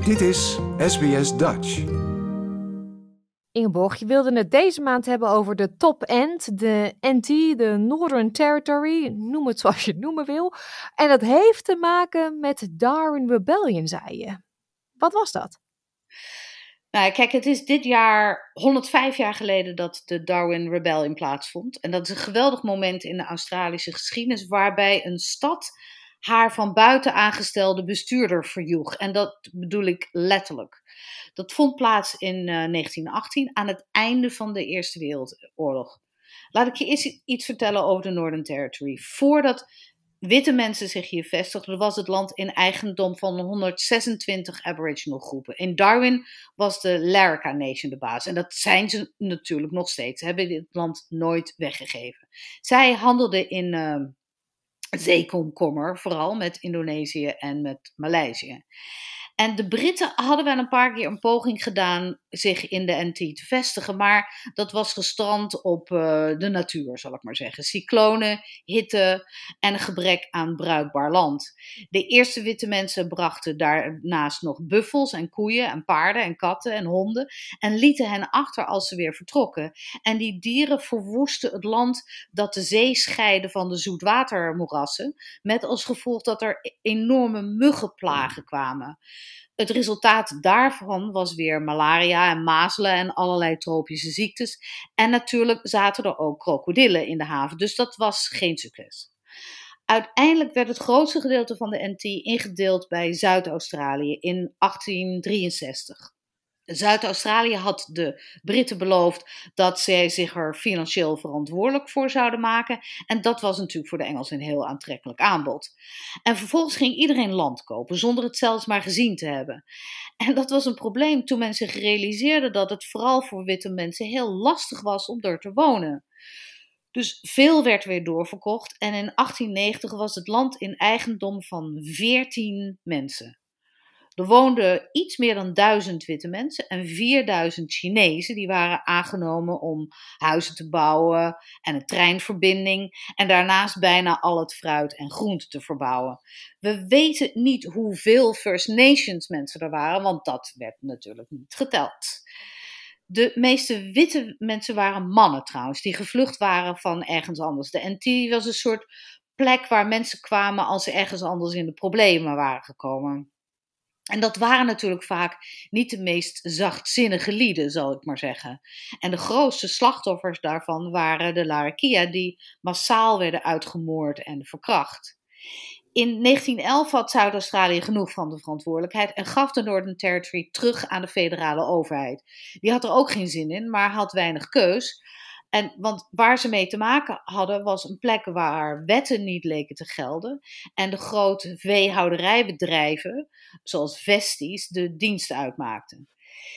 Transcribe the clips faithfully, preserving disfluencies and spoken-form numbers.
Dit is S B S Dutch. Ingeborg, je wilde het deze maand hebben over de Top End, de N T, de Northern Territory, noem het zoals je het noemen wil. En dat heeft te maken met de Darwin Rebellion, zei je. Wat was dat? Nou, kijk, het is dit jaar honderdvijf jaar geleden dat de Darwin Rebellion plaatsvond. En dat is een geweldig moment in de Australische geschiedenis waarbij een stad haar van buiten aangestelde bestuurder verjoeg. En dat bedoel ik letterlijk. Dat vond plaats in uh, negentien achttien, aan het einde van de Eerste Wereldoorlog. Laat ik je eerst iets vertellen over de Northern Territory. Voordat witte mensen zich hier vestigden, was het land in eigendom van honderdzesentwintig Aboriginal groepen. In Darwin was de Larraca Nation de baas. En dat zijn ze natuurlijk nog steeds. Ze hebben dit land nooit weggegeven. Zij handelden in uh, zeekomkommer, vooral met Indonesië en met Maleisië. En de Britten hadden wel een paar keer een poging gedaan zich in de N T te vestigen, maar dat was gestrand op uh, de natuur, zal ik maar zeggen. Cyclonen, hitte en een gebrek aan bruikbaar land. De eerste witte mensen brachten daarnaast nog buffels en koeien en paarden en katten en honden en lieten hen achter als ze weer vertrokken. En die dieren verwoesten het land dat de zee scheidde van de zoetwatermoerassen, met als gevolg dat er enorme muggenplagen kwamen. Het resultaat daarvan was weer malaria en mazelen en allerlei tropische ziektes. En natuurlijk zaten er ook krokodillen in de haven, dus dat was geen succes. Uiteindelijk werd het grootste gedeelte van de N T ingedeeld bij Zuid-Australië in achttien drieënzestig. Zuid-Australië had de Britten beloofd dat zij zich er financieel verantwoordelijk voor zouden maken. En dat was natuurlijk voor de Engelsen een heel aantrekkelijk aanbod. En vervolgens ging iedereen land kopen, zonder het zelfs maar gezien te hebben. En dat was een probleem toen men zich realiseerde dat het vooral voor witte mensen heel lastig was om er te wonen. Dus veel werd weer doorverkocht en in achttien negentig was het land in eigendom van veertien mensen. Er woonden iets meer dan duizend witte mensen en vierduizend Chinezen die waren aangenomen om huizen te bouwen en een treinverbinding en daarnaast bijna al het fruit en groente te verbouwen. We weten niet hoeveel First Nations mensen er waren, want dat werd natuurlijk niet geteld. De meeste witte mensen waren mannen trouwens, die gevlucht waren van ergens anders. De N T was een soort plek waar mensen kwamen als ze ergens anders in de problemen waren gekomen. En dat waren natuurlijk vaak niet de meest zachtzinnige lieden, zal ik maar zeggen. En de grootste slachtoffers daarvan waren de Larrakia, die massaal werden uitgemoord en verkracht. In negentien elf had Zuid-Australië genoeg van de verantwoordelijkheid en gaf de Northern Territory terug aan de federale overheid. Die had er ook geen zin in, maar had weinig keus. En, want waar ze mee te maken hadden was een plek waar wetten niet leken te gelden en de grote veehouderijbedrijven, zoals Vesties, de dienst uitmaakten.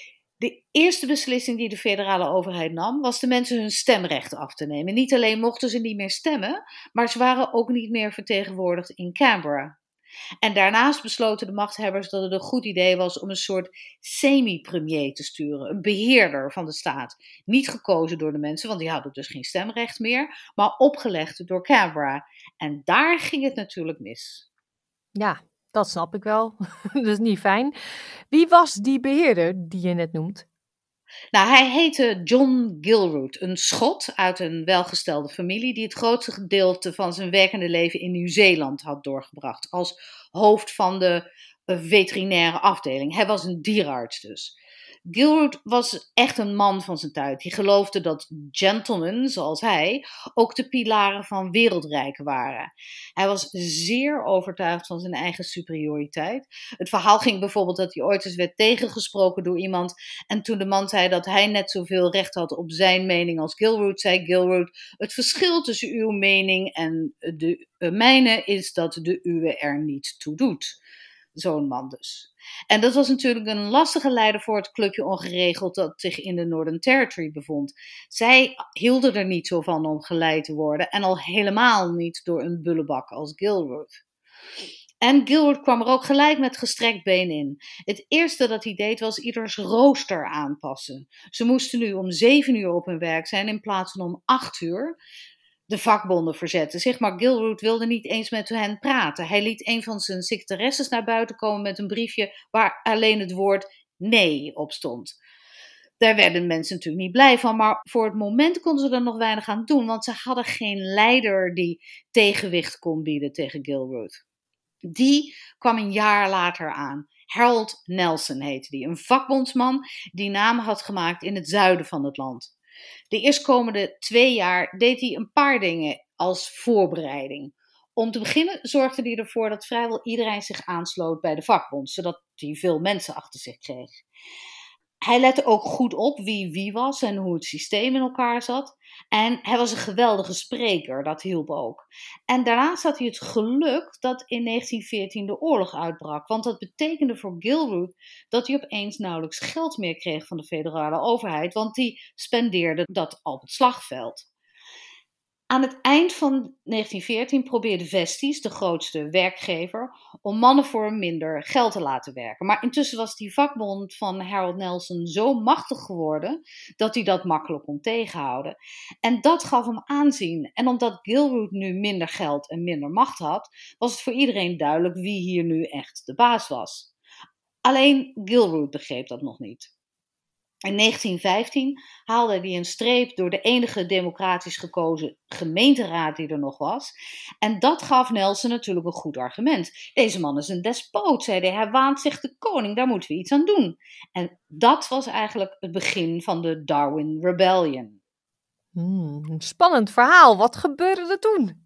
De eerste beslissing die de federale overheid nam, was de mensen hun stemrecht af te nemen. Niet alleen mochten ze niet meer stemmen, maar ze waren ook niet meer vertegenwoordigd in Canberra. En daarnaast besloten de machthebbers dat het een goed idee was om een soort semi-premier te sturen, een beheerder van de staat. Niet gekozen door de mensen, want die hadden dus geen stemrecht meer, maar opgelegd door Canberra. En daar ging het natuurlijk mis. Ja, dat snap ik wel. Dat is niet fijn. Wie was die beheerder die je net noemt? Nou, hij heette John Gilroot, een Schot uit een welgestelde familie die het grootste gedeelte van zijn werkende leven in Nieuw-Zeeland had doorgebracht als hoofd van de veterinaire afdeling. Hij was een dierenarts dus. Gilroot was echt een man van zijn tijd. Die geloofde dat gentlemen, zoals hij, ook de pilaren van wereldrijken waren. Hij was zeer overtuigd van zijn eigen superioriteit. Het verhaal ging bijvoorbeeld dat hij ooit eens werd tegengesproken door iemand. En toen de man zei dat hij net zoveel recht had op zijn mening als Gilroot, zei Gilroot: het verschil tussen uw mening en de mijne is dat de uwe er niet toe doet. Zo'n man dus. En dat was natuurlijk een lastige leider voor het clubje ongeregeld dat zich in de Northern Territory bevond. Zij hielden er niet zo van om geleid te worden en al helemaal niet door een bullebak als Gilroot. En Gilroot kwam er ook gelijk met gestrekt been in. Het eerste dat hij deed was ieders rooster aanpassen. Ze moesten nu om zeven uur op hun werk zijn in plaats van om acht uur. De vakbonden verzetten zich, maar Gilroot wilde niet eens met hen praten. Hij liet een van zijn secretaresses naar buiten komen met een briefje waar alleen het woord nee op stond. Daar werden mensen natuurlijk niet blij van, maar voor het moment konden ze er nog weinig aan doen, want ze hadden geen leider die tegenwicht kon bieden tegen Gilroot. Die kwam een jaar later aan. Harold Nelson heette die, een vakbondsman die naam had gemaakt in het zuiden van het land. De eerstkomende twee jaar deed hij een paar dingen als voorbereiding. Om te beginnen zorgde hij ervoor dat vrijwel iedereen zich aansloot bij de vakbond, zodat hij veel mensen achter zich kreeg. Hij lette ook goed op wie wie was en hoe het systeem in elkaar zat. En hij was een geweldige spreker, dat hielp ook. En daarnaast had hij het geluk dat in negentien veertien de oorlog uitbrak. Want dat betekende voor Gilroot dat hij opeens nauwelijks geld meer kreeg van de federale overheid. Want die spendeerde dat op het slagveld. Aan het eind van negentien veertien probeerde Vesties, de grootste werkgever, om mannen voor minder geld te laten werken. Maar intussen was die vakbond van Harold Nelson zo machtig geworden dat hij dat makkelijk kon tegenhouden. En dat gaf hem aanzien. En omdat Gilroot nu minder geld en minder macht had, was het voor iedereen duidelijk wie hier nu echt de baas was. Alleen Gilroot begreep dat nog niet. In negentien vijftien haalde hij een streep door de enige democratisch gekozen gemeenteraad die er nog was. En dat gaf Nelson natuurlijk een goed argument. Deze man is een despoot, zei hij. Hij waant zich de koning, daar moeten we iets aan doen. En dat was eigenlijk het begin van de Darwin Rebellion. Hmm, een spannend verhaal. Wat gebeurde er toen?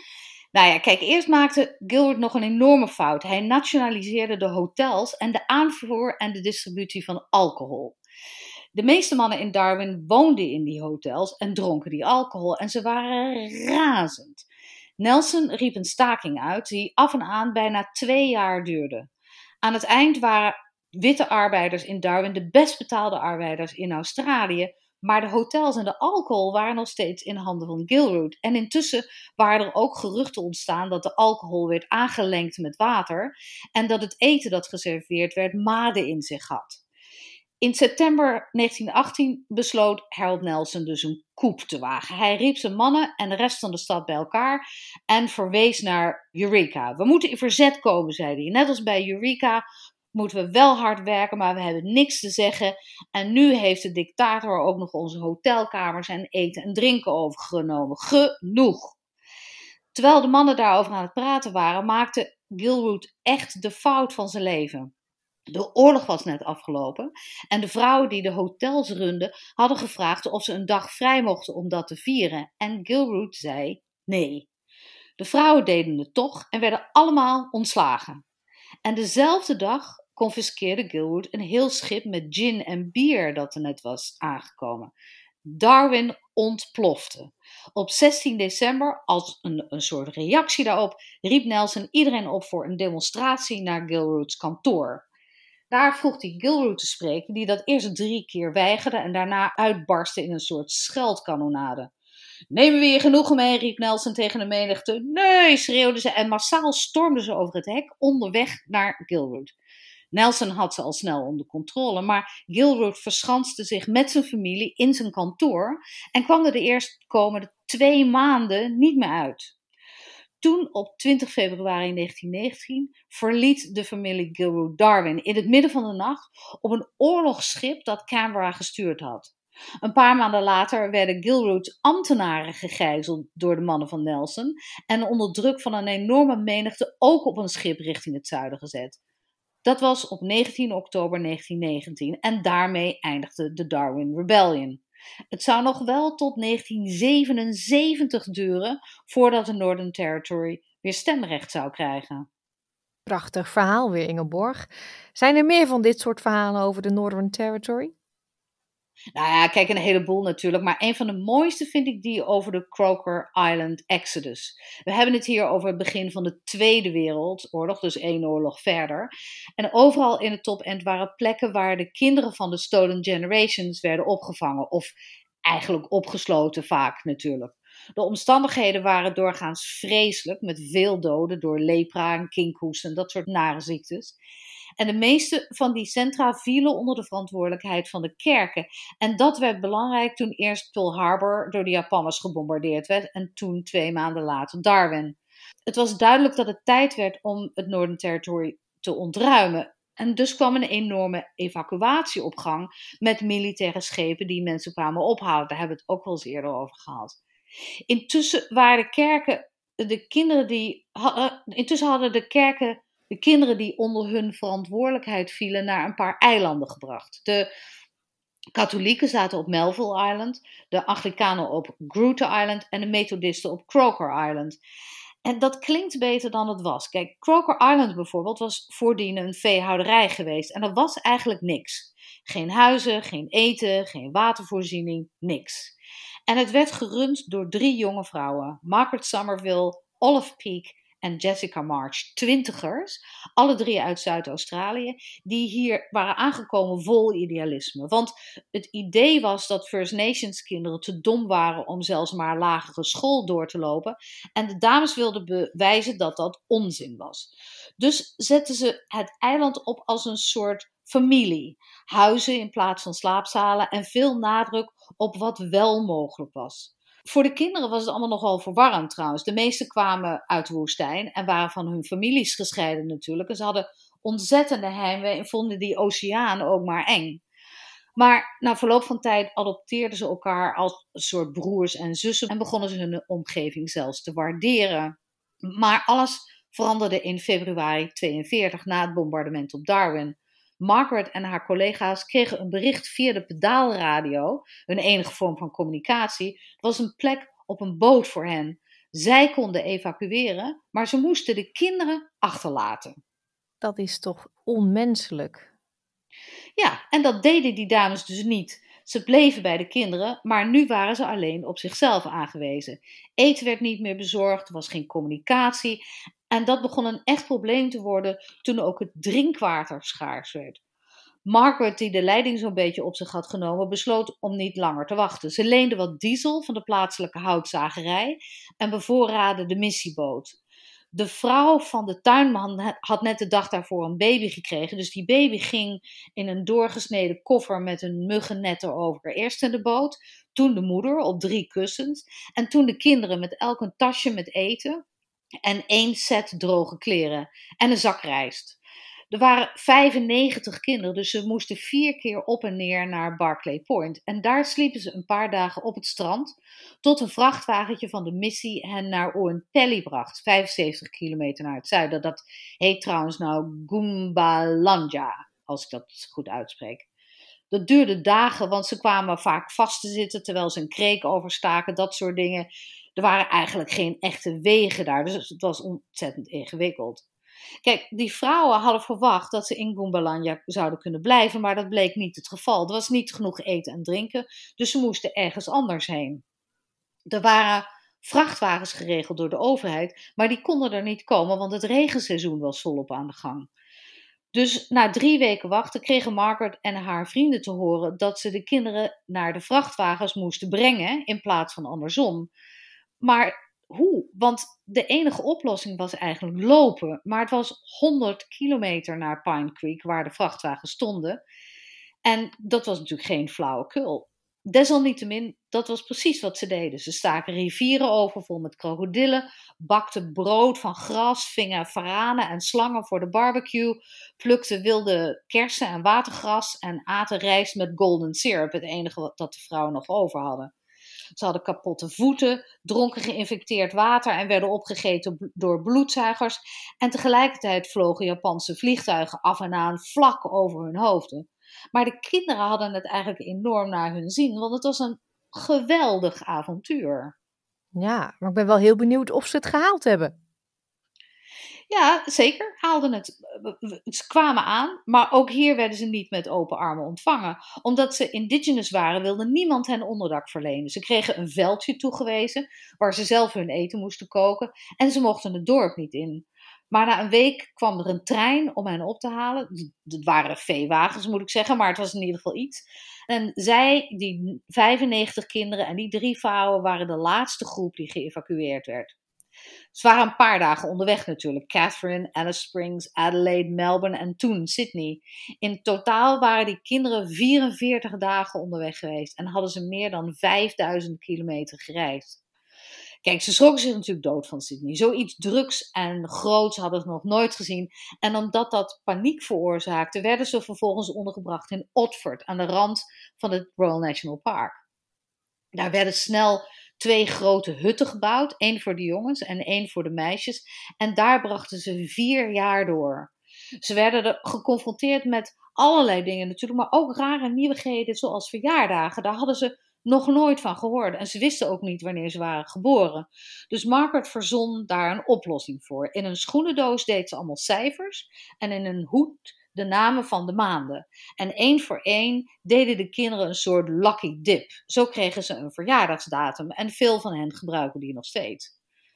Nou ja, kijk, eerst maakte Gilroot nog een enorme fout. Hij nationaliseerde de hotels en de aanvoer en de distributie van alcohol. De meeste mannen in Darwin woonden in die hotels en dronken die alcohol en ze waren razend. Nelson riep een staking uit die af en aan bijna twee jaar duurde. Aan het eind waren witte arbeiders in Darwin de best betaalde arbeiders in Australië, maar de hotels en de alcohol waren nog steeds in handen van Gilroot. En intussen waren er ook geruchten ontstaan dat de alcohol werd aangelengd met water en dat het eten dat geserveerd werd maden in zich had. In september negentien achttien besloot Harold Nelson dus een coup te wagen. Hij riep zijn mannen en de rest van de stad bij elkaar en verwees naar Eureka. We moeten in verzet komen, zei hij. Net als bij Eureka moeten we wel hard werken, maar we hebben niks te zeggen. En nu heeft de dictator ook nog onze hotelkamers en eten en drinken overgenomen. Genoeg! Terwijl de mannen daarover aan het praten waren, maakte Gilroot echt de fout van zijn leven. De oorlog was net afgelopen en de vrouwen die de hotels runden hadden gevraagd of ze een dag vrij mochten om dat te vieren. En Gilroot zei nee. De vrouwen deden het toch en werden allemaal ontslagen. En dezelfde dag confiskeerde Gilroot een heel schip met gin en bier dat er net was aangekomen. Darwin ontplofte. Op zestien december, als een, een soort reactie daarop, riep Nelson iedereen op voor een demonstratie naar Gilroots kantoor. Daar vroeg hij Gilroot te spreken, die dat eerst drie keer weigerde en daarna uitbarstte in een soort scheldkanonade. Nemen we hier genoegen mee, riep Nelson tegen de menigte. Nee, schreeuwden ze en massaal stormden ze over het hek onderweg naar Gilroot. Nelson had ze al snel onder controle, maar Gilroot verschanste zich met zijn familie in zijn kantoor en kwam er de eerstkomende twee maanden niet meer uit. Toen, op twintig februari negentien negentien, verliet de familie Gilroot Darwin in het midden van de nacht op een oorlogsschip dat Canberra gestuurd had. Een paar maanden later werden Gilroot's ambtenaren gegijzeld door de mannen van Nelson en onder druk van een enorme menigte ook op een schip richting het zuiden gezet. Dat was op negentien oktober negentien negentien en daarmee eindigde de Darwin Rebellion. Het zou nog wel tot negentien zevenenzeventig duren voordat de Northern Territory weer stemrecht zou krijgen. Prachtig verhaal weer, Ingeborg. Zijn er meer van dit soort verhalen over de Northern Territory? Nou ja, kijk, een heleboel natuurlijk. Maar een van de mooiste vind ik die over de Croker Island Exodus. We hebben het hier over het begin van de Tweede Wereldoorlog, dus één oorlog verder. En overal in het top-end waren plekken waar de kinderen van de Stolen Generations werden opgevangen. Of eigenlijk opgesloten vaak natuurlijk. De omstandigheden waren doorgaans vreselijk, met veel doden door lepra en kinkhoest en dat soort nare ziektes. En de meeste van die centra vielen onder de verantwoordelijkheid van de kerken. En dat werd belangrijk toen eerst Pearl Harbor door de Japanners gebombardeerd werd en toen twee maanden later Darwin. Het was duidelijk dat het tijd werd om het Northern Territory te ontruimen. En dus kwam een enorme evacuatie op gang met militaire schepen die mensen kwamen ophalen. Daar hebben we het ook wel eens eerder over gehad. Intussen waren de kerken, de kinderen die, uh, intussen hadden de kerken de kinderen die onder hun verantwoordelijkheid vielen naar een paar eilanden gebracht. De katholieken zaten op Melville Island, de Anglikanen op Groote Island en de methodisten op Croker Island. En dat klinkt beter dan het was. Kijk, Croker Island bijvoorbeeld was voordien een veehouderij geweest. En er was eigenlijk niks. Geen huizen, geen eten, geen watervoorziening, niks. En het werd gerund door drie jonge vrouwen. Margaret Somerville, Olive Peake en Jessica March. Twintigers, alle drie uit Zuid-Australië, die hier waren aangekomen vol idealisme. Want het idee was dat First Nations kinderen te dom waren om zelfs maar lagere school door te lopen. En de dames wilden bewijzen dat dat onzin was. Dus zetten ze het eiland op als een soort familie. Huizen in plaats van slaapzalen en veel nadruk op wat wel mogelijk was. Voor de kinderen was het allemaal nogal verwarrend trouwens. De meesten kwamen uit de woestijn en waren van hun families gescheiden natuurlijk. En ze hadden ontzettende heimwee en vonden die oceaan ook maar eng. Maar na verloop van tijd adopteerden ze elkaar als een soort broers en zussen en begonnen ze hun omgeving zelfs te waarderen. Maar alles veranderde in februari tweeënveertig na het bombardement op Darwin. Margaret en haar collega's kregen een bericht via de pedaalradio, hun enige vorm van communicatie. Het was een plek op een boot voor hen. Zij konden evacueren, maar ze moesten de kinderen achterlaten. Dat is toch onmenselijk? Ja, en dat deden die dames dus niet. Ze bleven bij de kinderen, maar nu waren ze alleen op zichzelf aangewezen. Eten werd niet meer bezorgd, er was geen communicatie. En dat begon een echt probleem te worden toen ook het drinkwater schaars werd. Margaret, die de leiding zo'n beetje op zich had genomen, besloot om niet langer te wachten. Ze leende wat diesel van de plaatselijke houtzagerij en bevoorraadde de missieboot. De vrouw van de tuinman had net de dag daarvoor een baby gekregen. Dus die baby ging in een doorgesneden koffer met een muggennet erover. Eerst in de boot, toen de moeder op drie kussens. En toen de kinderen met elk een tasje met eten en één set droge kleren en een zak rijst. Er waren vijfennegentig kinderen, dus ze moesten vier keer op en neer naar Barclay Point. En daar sliepen ze een paar dagen op het strand, tot een vrachtwagentje van de missie hen naar Oenpelli bracht, vijfenzeventig kilometer naar het zuiden. Dat heet trouwens nou Goombalanja, als ik dat goed uitspreek. Dat duurde dagen, want ze kwamen vaak vast te zitten terwijl ze een kreek overstaken, dat soort dingen. Er waren eigenlijk geen echte wegen daar, dus het was ontzettend ingewikkeld. Kijk, die vrouwen hadden verwacht dat ze in Goombalanja zouden kunnen blijven, maar dat bleek niet het geval. Er was niet genoeg eten en drinken, dus ze moesten ergens anders heen. Er waren vrachtwagens geregeld door de overheid, maar die konden er niet komen, want het regenseizoen was volop aan de gang. Dus na drie weken wachten kregen Margaret en haar vrienden te horen dat ze de kinderen naar de vrachtwagens moesten brengen in plaats van andersom. Maar hoe? Want de enige oplossing was eigenlijk lopen. Maar het was honderd kilometer naar Pine Creek, waar de vrachtwagens stonden. En dat was natuurlijk geen flauwekul. Desalniettemin, dat was precies wat ze deden. Ze staken rivieren over vol met krokodillen, bakten brood van gras, vingen varanen en slangen voor de barbecue, plukten wilde kersen en watergras en aten rijst met golden syrup, het enige wat dat de vrouwen nog over hadden. Ze hadden kapotte voeten, dronken geïnfecteerd water en werden opgegeten door bloedzuigers. En tegelijkertijd vlogen Japanse vliegtuigen af en aan vlak over hun hoofden. Maar de kinderen hadden het eigenlijk enorm naar hun zin, want het was een geweldig avontuur. Ja, maar ik ben wel heel benieuwd of ze het gehaald hebben. Ja, zeker, haalden het. Ze kwamen aan, maar ook hier werden ze niet met open armen ontvangen. Omdat ze indigenous waren, wilde niemand hen onderdak verlenen. Ze kregen een veldje toegewezen, waar ze zelf hun eten moesten koken. En ze mochten het dorp niet in. Maar na een week kwam er een trein om hen op te halen. Het waren veewagens, moet ik zeggen, maar het was in ieder geval iets. En zij, die vijfennegentig kinderen en die drie vrouwen, waren de laatste groep die geëvacueerd werd. Ze waren een paar dagen onderweg natuurlijk. Catherine, Alice Springs, Adelaide, Melbourne en toen Sydney. In totaal waren die kinderen vierenveertig dagen onderweg geweest. En hadden ze meer dan vijfduizend kilometer gereisd. Kijk, ze schrokken zich natuurlijk dood van Sydney. Zoiets drugs en groots hadden ze nog nooit gezien. En omdat dat paniek veroorzaakte, werden ze vervolgens ondergebracht in Otford, aan de rand van het Royal National Park. Daar werden snel twee grote hutten gebouwd, één voor de jongens en één voor de meisjes. En daar brachten ze vier jaar door. Ze werden er geconfronteerd met allerlei dingen natuurlijk, maar ook rare nieuwigheden zoals verjaardagen. Daar hadden ze nog nooit van gehoord. En ze wisten ook niet wanneer ze waren geboren. Dus Margaret verzon daar een oplossing voor. In een schoenendoos deed ze allemaal cijfers. En in een hoed de namen van de maanden. En één voor één deden de kinderen een soort lucky dip. Zo kregen ze een verjaardagsdatum. En veel van hen gebruiken die nog steeds.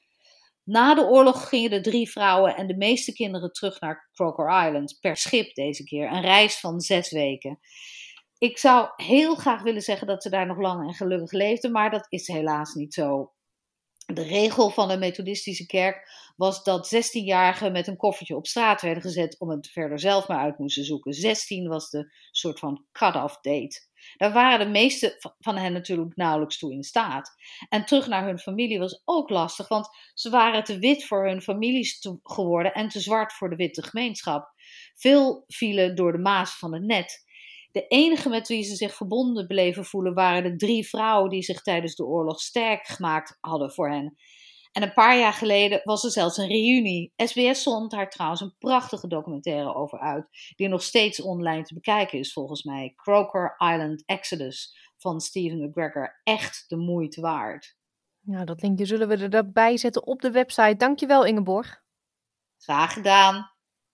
Na de oorlog gingen de drie vrouwen en de meeste kinderen terug naar Croker Island. Per schip deze keer. Een reis van zes weken. Ik zou heel graag willen zeggen dat ze daar nog lang en gelukkig leefden, maar dat is helaas niet zo. De regel van de methodistische kerk was dat zestienjarigen met een koffertje op straat werden gezet om het verder zelf maar uit moesten zoeken. zestien was de soort van cut-off date. Daar waren de meeste van hen natuurlijk nauwelijks toe in staat. En terug naar hun familie was ook lastig, want ze waren te wit voor hun families te geworden en te zwart voor de witte gemeenschap. Veel vielen door de maas van het net. De enige met wie ze zich verbonden bleven voelen waren de drie vrouwen die zich tijdens de oorlog sterk gemaakt hadden voor hen. En een paar jaar geleden was er zelfs een reunie. S B S zond daar trouwens een prachtige documentaire over uit, die nog steeds online te bekijken is volgens mij. Croker Island Exodus van Stephen McGregor. Echt de moeite waard. Nou, dat linkje zullen we er erbij zetten op de website. Dankjewel, Ingeborg. Graag gedaan.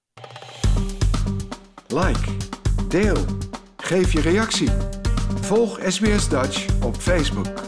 Like, deel, geef je reactie. Volg S B S Dutch op Facebook.